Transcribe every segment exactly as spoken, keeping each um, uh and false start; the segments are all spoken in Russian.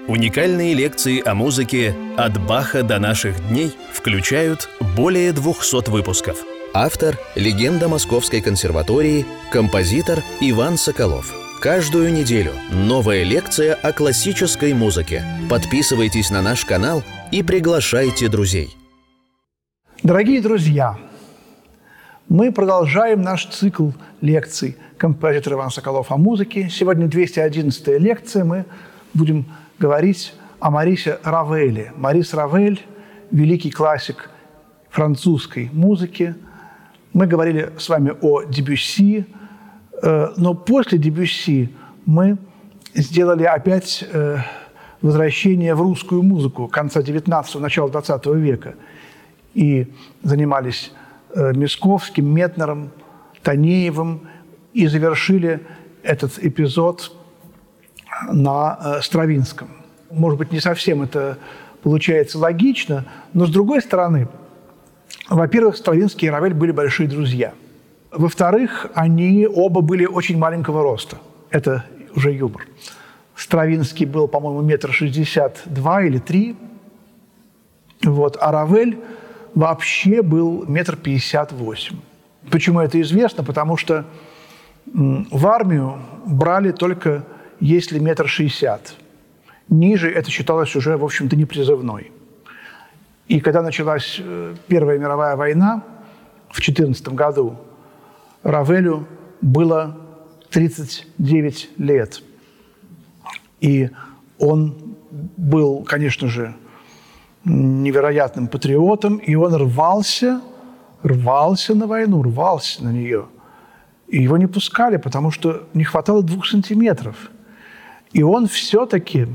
Уникальные лекции о музыке «От Баха до наших дней» включают более двухсот выпусков. Автор – легенда Московской консерватории, композитор Иван Соколов. Каждую неделю новая лекция о классической музыке. Подписывайтесь на наш канал и приглашайте друзей. Дорогие друзья, мы продолжаем наш цикл лекций композитора Ивана Соколов о музыке. Сегодня двести одиннадцатая лекция. Мы будем говорить о Морисе Равеле. Морис Равель – великий классик французской музыки. Мы говорили с вами о Дебюсси, но после Дебюсси мы сделали опять возвращение в русскую музыку конца девятнадцатого, начала двадцатого века и занимались Мясковским, Метнером, Танеевым и завершили этот эпизод на Стравинском. Может быть, не совсем это получается логично, но, с другой стороны, во-первых, Стравинский и Равель были большие друзья. Во-вторых, они оба были очень маленького роста. Это уже юмор. Стравинский был, по-моему, метр шестьдесят два или три, вот, а Равель вообще был метр пятьдесят восемь. Почему это известно? Потому что в армию брали только если метр шестьдесят. Ниже это считалось уже, в общем-то, непризывной. И когда началась Первая мировая война в четырнадцатом году, Равелю было тридцать девять лет. И он был, конечно же, невероятным патриотом, и он рвался, рвался на войну, рвался на нее. И его не пускали, потому что не хватало двух сантиметров. И он все-таки,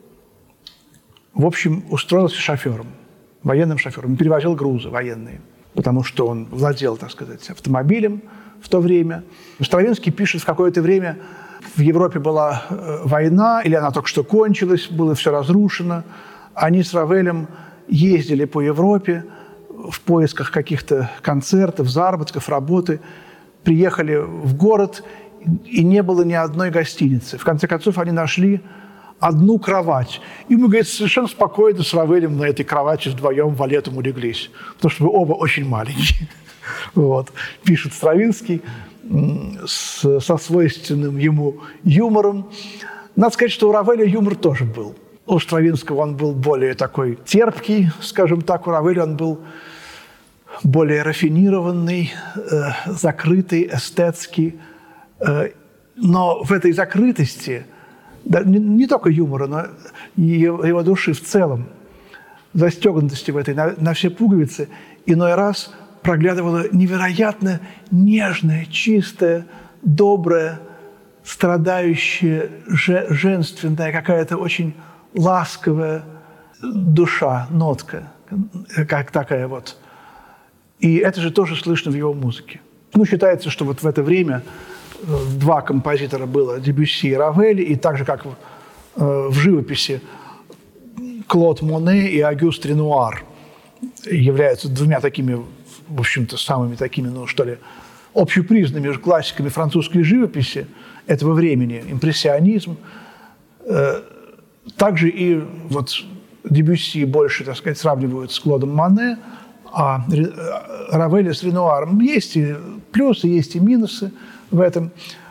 в общем, устроился шофером, военным шофером, перевозил грузы военные, потому что он владел, так сказать, автомобилем в то время. Стравинский пишет, в какое-то время в Европе была война, или она только что кончилась, было все разрушено. Они с Равелем ездили по Европе в поисках каких-то концертов, заработков, работы, приехали в город, и не было ни одной гостиницы. В конце концов, они нашли одну кровать. И мы, говорит, совершенно спокойно с Равелем на этой кровати вдвоем валетом улеглись, потому что мы оба очень маленькие. Вот. Пишет Стравинский с, со свойственным ему юмором. Надо сказать, что у Равеля юмор тоже был. У Стравинского он был более такой терпкий, скажем так, у Равеля он был более рафинированный, э, закрытый, эстетский. Э, но в этой закрытости, да, не, не только юмора, но и его, его души в целом, застегнутости в этой на, на все пуговицы, иной раз проглядывала невероятно нежная, чистая, добрая, страдающая, же, женственная, какая-то очень ласковая душа, нотка, как такая вот. И это же тоже слышно в его музыке. Ну, считается, что вот в это время два композитора было, Дебюсси и Равель, и так же, как в, в живописи Клод Моне и Агюст Ренуар являются двумя такими, в общем-то, самыми такими, ну, что ли, общепризнанными классиками французской живописи этого времени, импрессионизм. Также и вот Дебюсси больше, так сказать, сравнивают с Клодом Моне, а Равеля с Ренуаром. Есть и плюсы, есть и минусы в этом.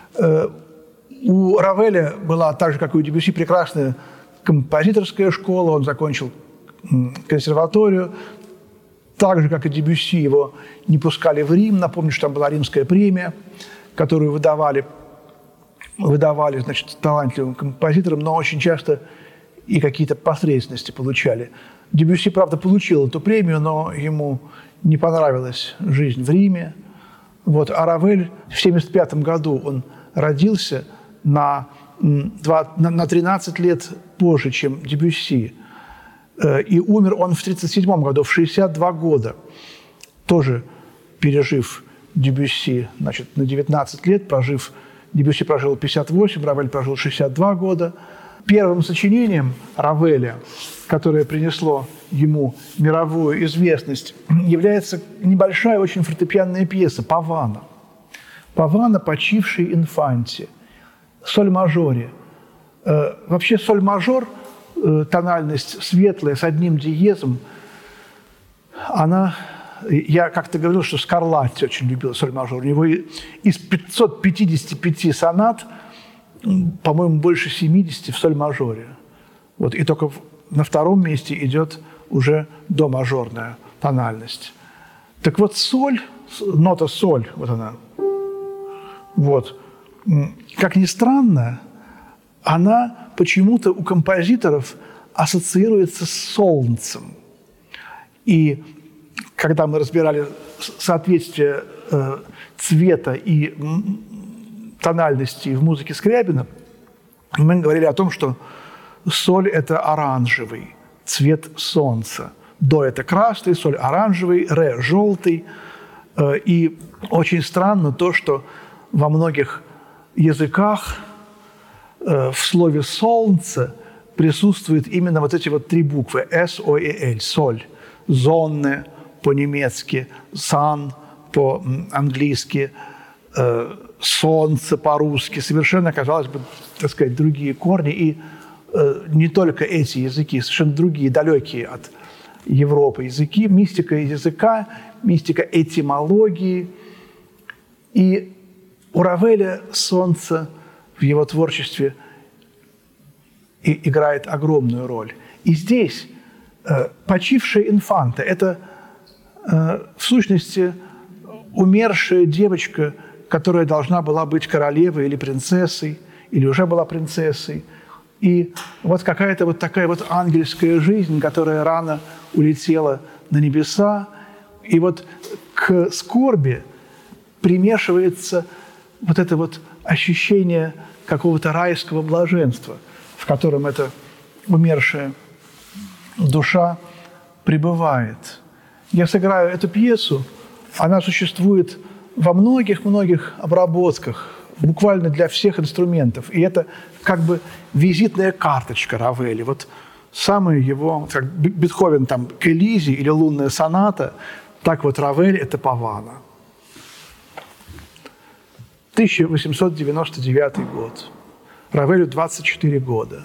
У Равеля была, так же, как и у Дебюсси, прекрасная композиторская школа. Он закончил консерваторию. Так же, как и Дебюсси, его не пускали в Рим. Напомню, что там была римская премия, которую выдавали, выдавали, значит, талантливым композиторам, но очень часто и какие-то посредственности получали. Дебюсси, правда, получил эту премию, но ему не понравилась жизнь в Риме. Вот. А Равель в семьдесят пятом году он родился на, на тринадцать лет позже, чем Дебюсси. И умер он в тридцать седьмом году, в шестьдесят два года, тоже пережив Дебюсси, значит, на девятнадцать лет, прожив, Дебюсси прожил пятьдесят восемь, Равель прожил шестьдесят два года. Первым сочинением Равеля, которое принесло ему мировую известность, является небольшая очень фортепианная пьеса «Павана». «Павана, почивший инфанте», соль-мажоре. Вообще соль-мажор э, тональность светлая с одним диезом, она... Я как-то говорил, что Скарлатти очень любил соль мажор. У него из пятисот пятидесяти пяти сонат, по-моему, больше семидесяти в соль мажоре. Вот, и только на втором месте идет уже до мажорная тональность. Так вот, соль, нота соль, вот она, вот, как ни странно, она почему-то у композиторов ассоциируется с солнцем. И когда мы разбирали соответствие э, цвета и тональности в музыке Скрябина, мы говорили о том, что соль – это оранжевый цвет солнца. До – это красный, соль – оранжевый, ре – желтый. Э, и очень странно то, что во многих языках э, в слове «солнце» присутствуют именно вот эти вот три буквы – «с», «о» и «л» – соль, «зонне» по-немецки, «сан» по-английски, э, «солнце» по-русски. Совершенно, казалось бы, так сказать, другие корни. И э, не только эти языки, совершенно другие, далекие от Европы языки. Мистика языка, мистика этимологии. И у Равеля солнце в его творчестве и играет огромную роль. И здесь э, «Почившая инфанта» – это в сущности, умершая девочка, которая должна была быть королевой или принцессой, или уже была принцессой. И вот какая-то вот такая вот ангельская жизнь, которая рано улетела на небеса. И вот к скорби примешивается вот это вот ощущение какого-то райского блаженства, в котором эта умершая душа пребывает. Я сыграю эту пьесу, она существует во многих-многих обработках, буквально для всех инструментов. И это как бы визитная карточка Равеля. Вот самое его, как Бетховен там к Элизе или лунная соната, так вот Равель – это Павана. тысяча восемьсот девяносто девятый год. Равелю двадцать четыре года.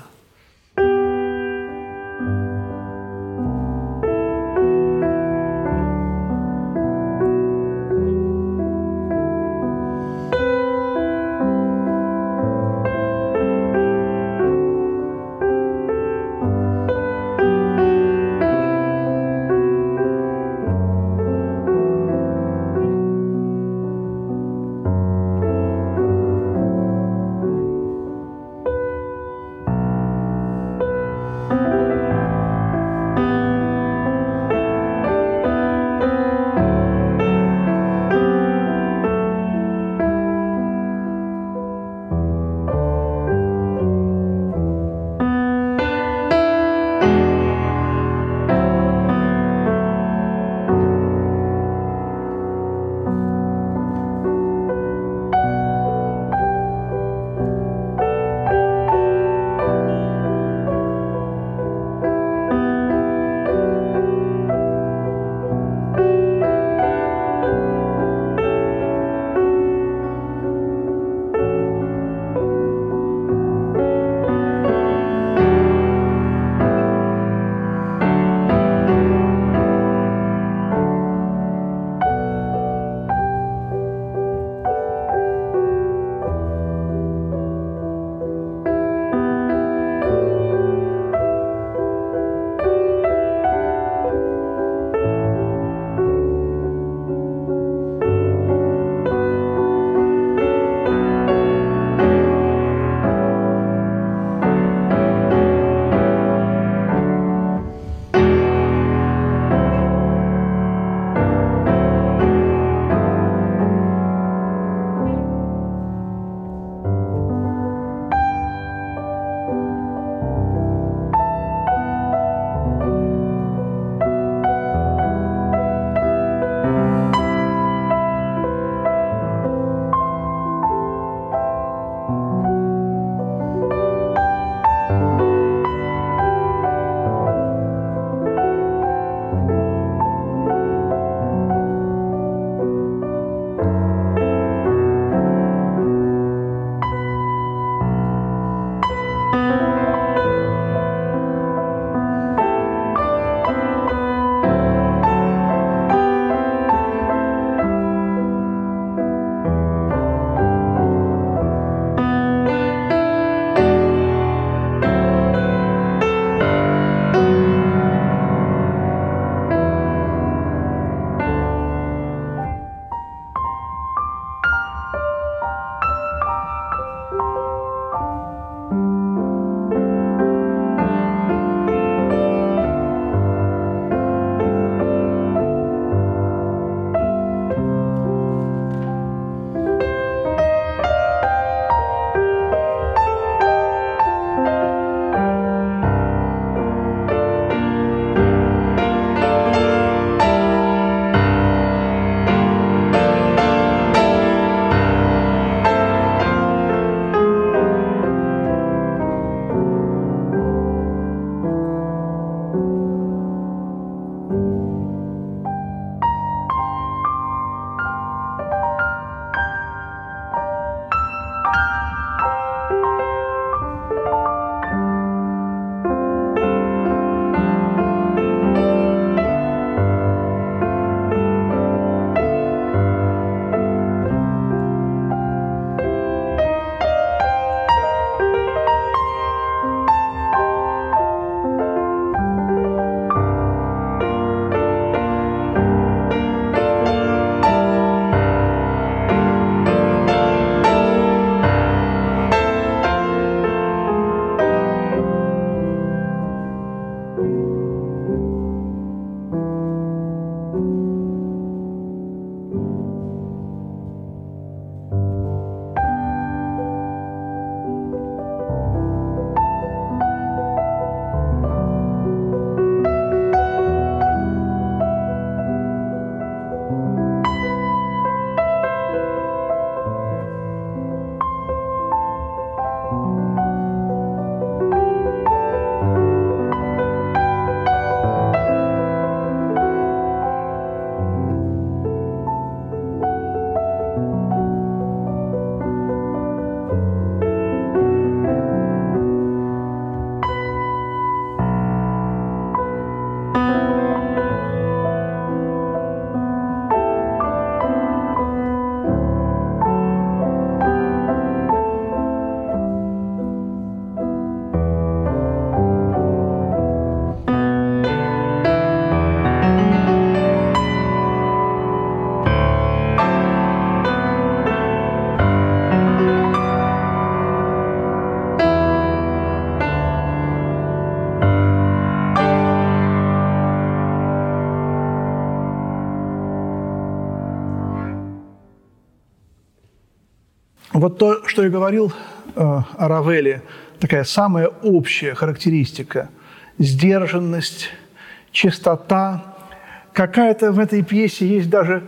Вот то, что я говорил э, о Равеле, такая самая общая характеристика – сдержанность, чистота. Какая-то в этой пьесе есть даже,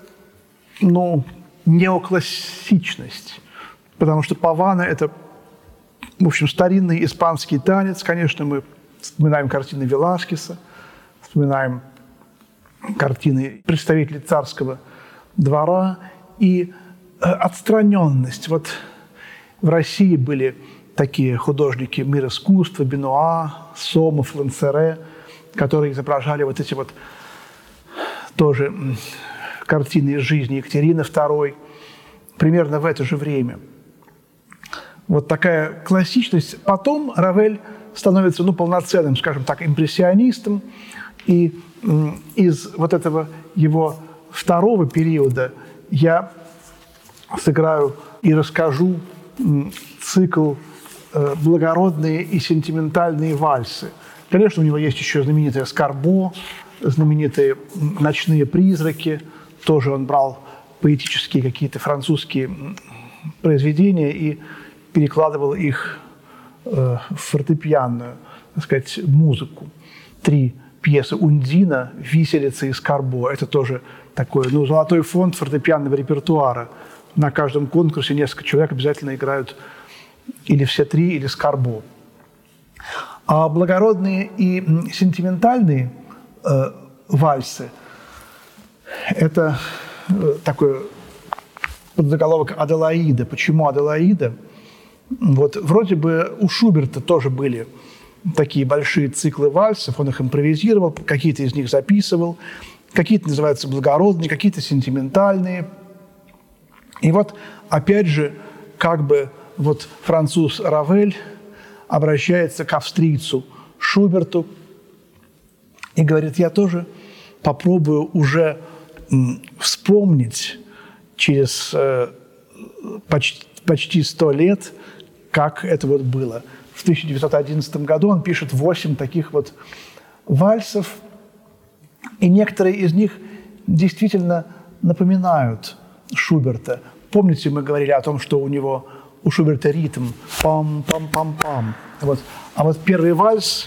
ну, неоклассичность, потому что павана – это, в общем, старинный испанский танец. Конечно, мы вспоминаем картины Веласкеса, вспоминаем картины представителей царского двора и э, отстраненность. Вот в России были такие художники мира искусства, Бенуа, Сомов, Лансере, которые изображали вот эти вот тоже картины из жизни Екатерины второй, примерно в это же время. Вот такая классичность. Потом Равель становится, ну, полноценным, скажем так, импрессионистом, и из вот этого его второго периода я сыграю и расскажу цикл «Благородные и сентиментальные вальсы». Конечно, у него есть еще знаменитое «Скарбо», знаменитые «Ночные призраки». Тоже он брал поэтические какие-то французские произведения и перекладывал их в фортепианную, так сказать, музыку. Три пьесы «Ундина», «Виселица» и «Скарбо». Это тоже такой, ну, золотой фонд фортепианного репертуара. На каждом конкурсе несколько человек обязательно играют или все три, или «Скарбо». А благородные и сентиментальные э, вальсы – это э, такой подзаголовок «Аделаида». Почему «Аделаида»? Вот вроде бы у Шуберта тоже были такие большие циклы вальсов, он их импровизировал, какие-то из них записывал, какие-то называются благородные, какие-то сентиментальные. И вот опять же, как бы вот француз Равель обращается к австрийцу Шуберту и говорит: я тоже попробую уже вспомнить через э, почти, почти сто лет, как это вот было. В тысяча девятьсот одиннадцатом году он пишет восемь таких вот вальсов, и некоторые из них действительно напоминают Шуберта. Помните, мы говорили о том, что у него, у Шуберта ритм пам-пам-пам-пам. Вот. А вот первый вальс,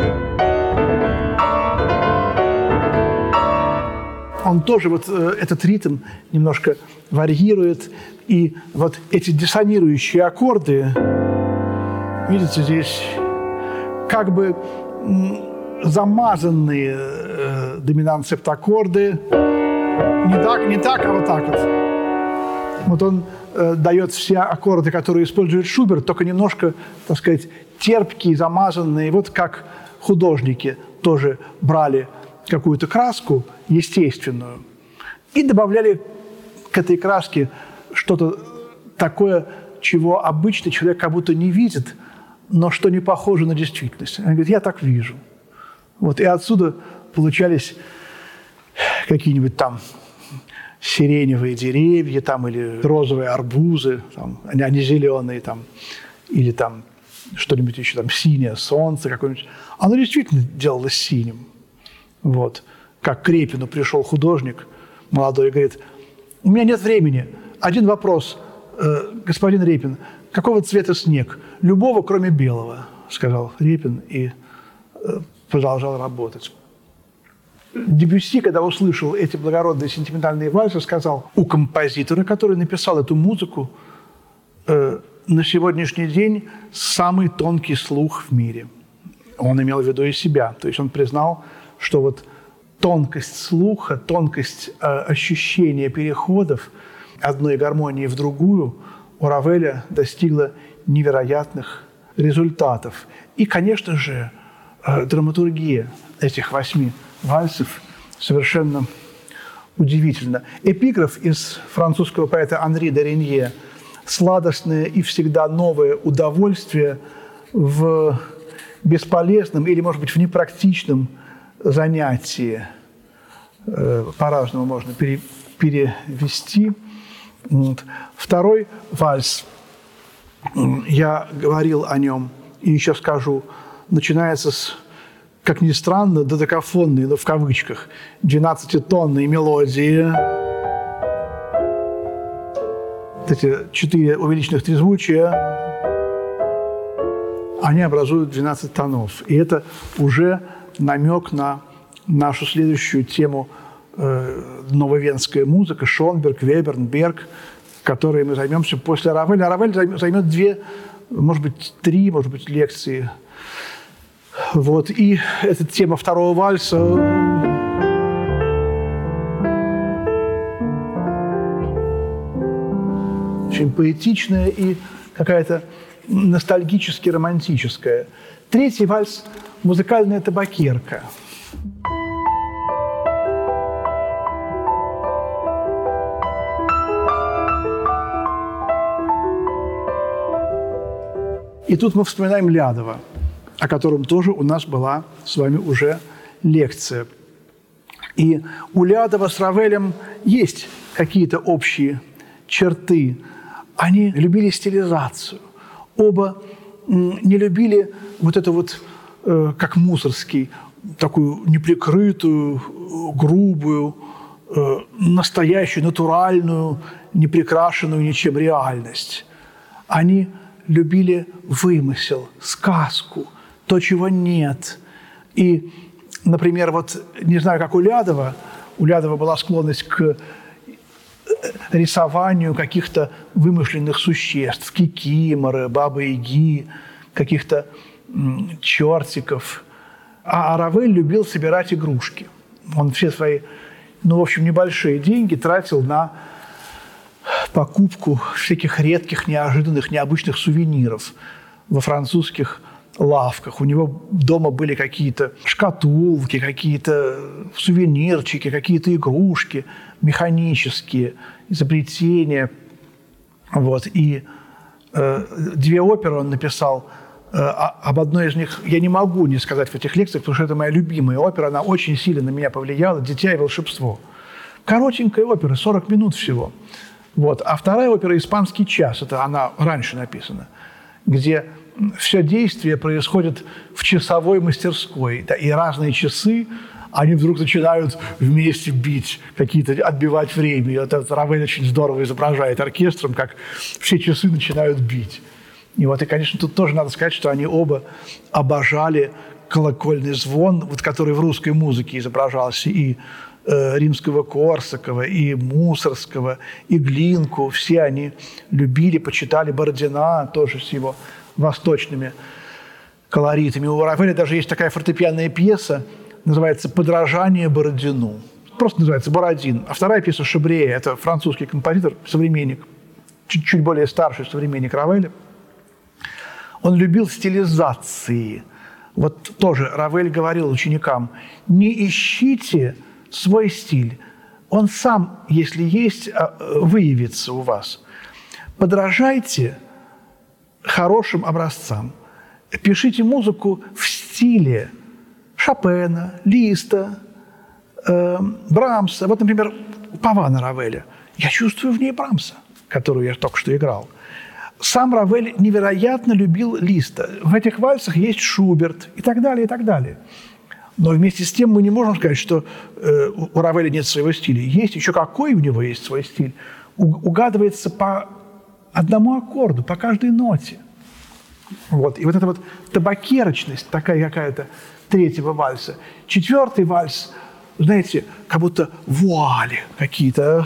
он тоже вот э, этот ритм немножко варьирует. И вот эти диссонирующие аккорды, видите, здесь как бы замазанные э, доминант-септаккорды. Не так, не так, а вот так вот. Вот он э, дает все аккорды, которые использует Шуберт, только немножко, так сказать, терпкие, замазанные. Вот как художники тоже брали какую-то краску естественную и добавляли к этой краске что-то такое, чего обычный человек как будто не видит, но что не похоже на действительность. Он говорит: я так вижу. Вот, и отсюда получались какие-нибудь там сиреневые деревья там, или розовые арбузы, там, они зеленые, там, или там что-нибудь еще, там, синее солнце какое-нибудь. Оно действительно делалось синим. Вот. Как к Репину пришел художник молодой и говорит: у меня нет времени. Один вопрос, э, господин Репин, какого цвета снег? Любого, кроме белого, сказал Репин и э, продолжал работать. Дебюсси, когда услышал эти благородные сентиментальные вальсы, сказал: у композитора, который написал эту музыку, э, на сегодняшний день самый тонкий слух в мире. Он имел в виду и себя. То есть он признал, что вот тонкость слуха, тонкость э, ощущения переходов одной гармонии в другую у Равеля достигла невероятных результатов. И, конечно же, э, драматургия этих восьми вальсов совершенно удивительна. Эпиграф из французского поэта Анри де Ренье: «Сладостное и всегда новое удовольствие в бесполезном или, может быть, в непрактичном занятии». Э, по-разному можно пере, перевести. Вот. Второй вальс, я говорил о нем и еще скажу, начинается с, как ни странно, додекафонной, но в кавычках, двенадцатитонной мелодии. эти четыре увеличенных трезвучия, они образуют двенадцать тонов. И это уже намек на нашу следующую тему э, нововенская музыка, Шонберг, Веберн, Берг, которой мы займемся после Равеля. А Равель займет две, может быть, три, может быть, лекции. Вот. И эта тема второго вальса очень поэтичная и какая-то ностальгически романтическая. Третий вальс – музыкальная табакерка. И тут мы вспоминаем Лядова, о котором тоже у нас была с вами уже лекция. И у Лядова с Равелем есть какие-то общие черты. Они любили стилизацию. Оба не любили вот это вот, э, как Мусорский, такую неприкрытую, грубую, э, настоящую, натуральную, неприкрашенную ничем реальность. Они любили вымысел, сказку, то, чего нет. И, например, вот, не знаю, как у Лядова, у Лядова была склонность к рисованию каких-то вымышленных существ, кикиморы, бабы-яги, каких-то м, чертиков. А Равель любил собирать игрушки. Он все свои, ну, в общем, небольшие деньги тратил на покупку всяких редких, неожиданных, необычных сувениров во французских лавках. У него дома были какие-то шкатулки, какие-то сувенирчики, какие-то игрушки механические, изобретения. Вот. И э, две оперы он написал. Э, об одной из них я не могу не сказать в этих лекциях, потому что это моя любимая опера. Она очень сильно на меня повлияла. «Дитя и волшебство». Коротенькая опера, сорок минут всего. Вот. А вторая опера «Испанский час». Это она раньше написана, где все действие происходит в часовой мастерской. Да, и разные часы, они вдруг начинают вместе бить, какие-то, отбивать время. И это Равель очень здорово изображает оркестром, как все часы начинают бить. И вот, и, конечно, тут тоже надо сказать, что они оба обожали колокольный звон, вот, который в русской музыке изображался, и э, Римского-Корсакова, и Мусорского, и Глинку. Все они любили, почитали Бородина, тоже с его восточными колоритами. У Равеля даже есть такая фортепианная пьеса, называется «Подражание Бородину». Просто называется «Бородин». А вторая пьеса Шабрия – это французский композитор, современник, чуть-чуть более старший современник Равеля. Он любил стилизации. Вот тоже Равель говорил ученикам: не ищите свой стиль. Он сам, если есть, выявится у вас. Подражайте хорошим образцам. Пишите музыку в стиле Шопена, Листа, э, Брамса. Вот, например, Павана Равеля. Я чувствую в ней Брамса, которую я только что играл. Сам Равель невероятно любил Листа. В этих вальсах есть Шуберт и так далее, и так далее. Но вместе с тем мы не можем сказать, что э, у Равеля нет своего стиля. Есть еще какой у него есть свой стиль. У, угадывается по одному аккорду, по каждой ноте. Вот. И вот эта вот табакерочность такая какая-то третьего вальса. Четвертый вальс, знаете, как будто вуали какие-то.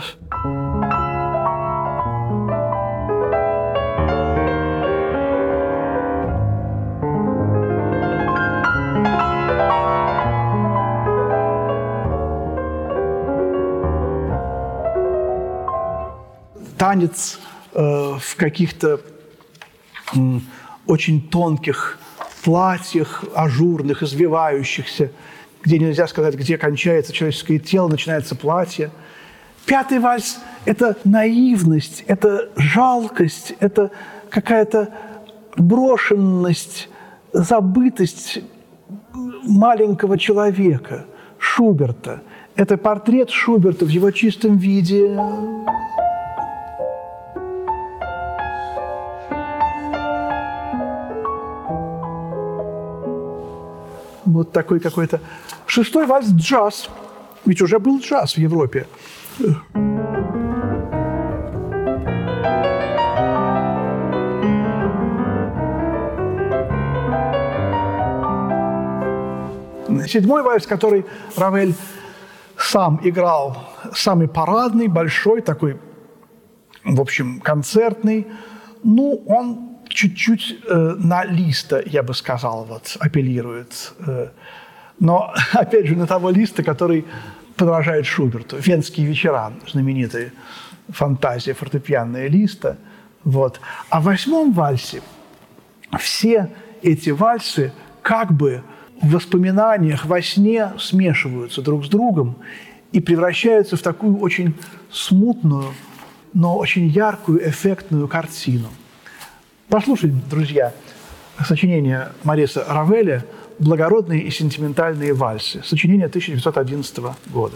Танец э, в каких-то э, очень тонких платьях, ажурных, извивающихся, где нельзя сказать, где кончается человеческое тело, начинается платье. Пятый вальс – это наивность, это жалкость, это какая-то брошенность, забытость маленького человека, Шуберта. Это портрет Шуберта в его чистом виде. Вот такой какой-то. Шестой вальс – джаз. Ведь уже был джаз в Европе. Седьмой вальс, который Равель сам играл, самый парадный, большой, такой, в общем, концертный. Ну, он чуть-чуть э, на Листа, я бы сказал, вот, апеллирует. Э, но, опять же, на того Листа, который подражает Шуберту. «Венские вечера», знаменитая фантазия фортепианная Листа. Вот. А в восьмом вальсе все эти вальсы как бы в воспоминаниях во сне смешиваются друг с другом и превращаются в такую очень смутную, но очень яркую, эффектную картину. Послушайте, друзья, сочинение Мориса Равеля «Благородные и сентиментальные вальсы», сочинение тысяча девятьсот одиннадцатого года.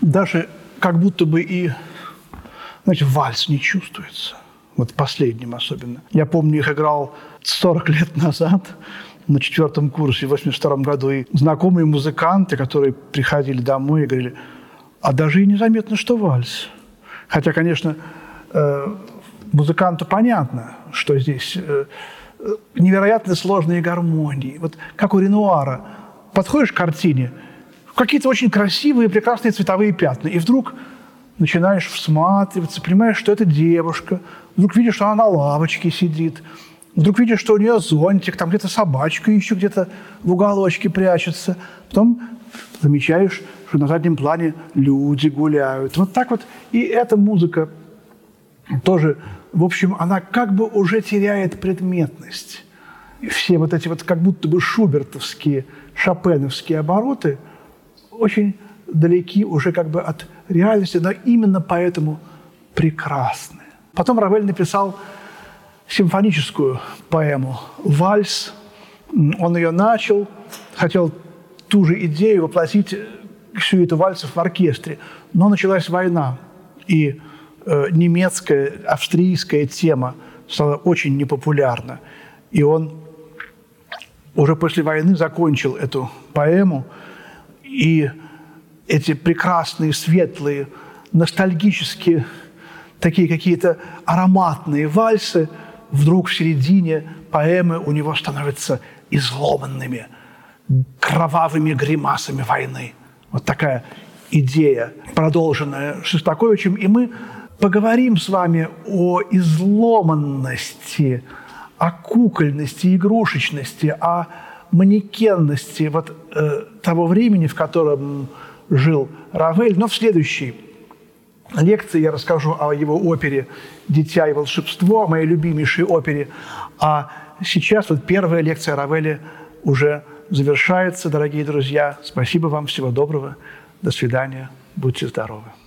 даже как будто бы и, знаете, вальс не чувствуется. Вот последним особенно. Я помню, их играл сорок лет назад на четвертом курсе в восемьдесят втором году. И знакомые музыканты, которые приходили домой и говорили, а даже и незаметно, что вальс. Хотя, конечно, музыканту понятно, что здесь невероятно сложные гармонии. Вот как у Ренуара. Подходишь к картине, какие-то очень красивые, прекрасные цветовые пятна, и вдруг начинаешь всматриваться, понимаешь, что это девушка, вдруг видишь, что она на лавочке сидит, вдруг видишь, что у нее зонтик, там где-то собачка еще где-то в уголочке прячется, потом замечаешь, что на заднем плане люди гуляют. Вот так вот и эта музыка тоже, в общем, она как бы уже теряет предметность. И все вот эти вот как будто бы шубертовские, шопеновские обороты очень далеки уже как бы от реальности, но именно поэтому прекрасны. Потом Равель написал симфоническую поэму «Вальс». Он ее начал, хотел ту же идею воплотить всю эту вальсов в оркестре. Но началась война, и э, немецкая, австрийская тема стала очень непопулярна. И он уже после войны закончил эту поэму, и эти прекрасные, светлые, ностальгические, такие какие-то ароматные вальсы вдруг в середине поэмы у него становятся изломанными, кровавыми гримасами войны. Вот такая идея, продолженная Шостаковичем. И мы поговорим с вами о изломанности, о кукольности, игрушечности, о манекенности вот, э, того времени, в котором жил Равель. Но в следующей лекции я расскажу о его опере «Дитя и волшебство», о моей любимейшей опере. А сейчас вот первая лекция Равеля уже завершается, дорогие друзья. Спасибо вам, всего доброго, до свидания, будьте здоровы.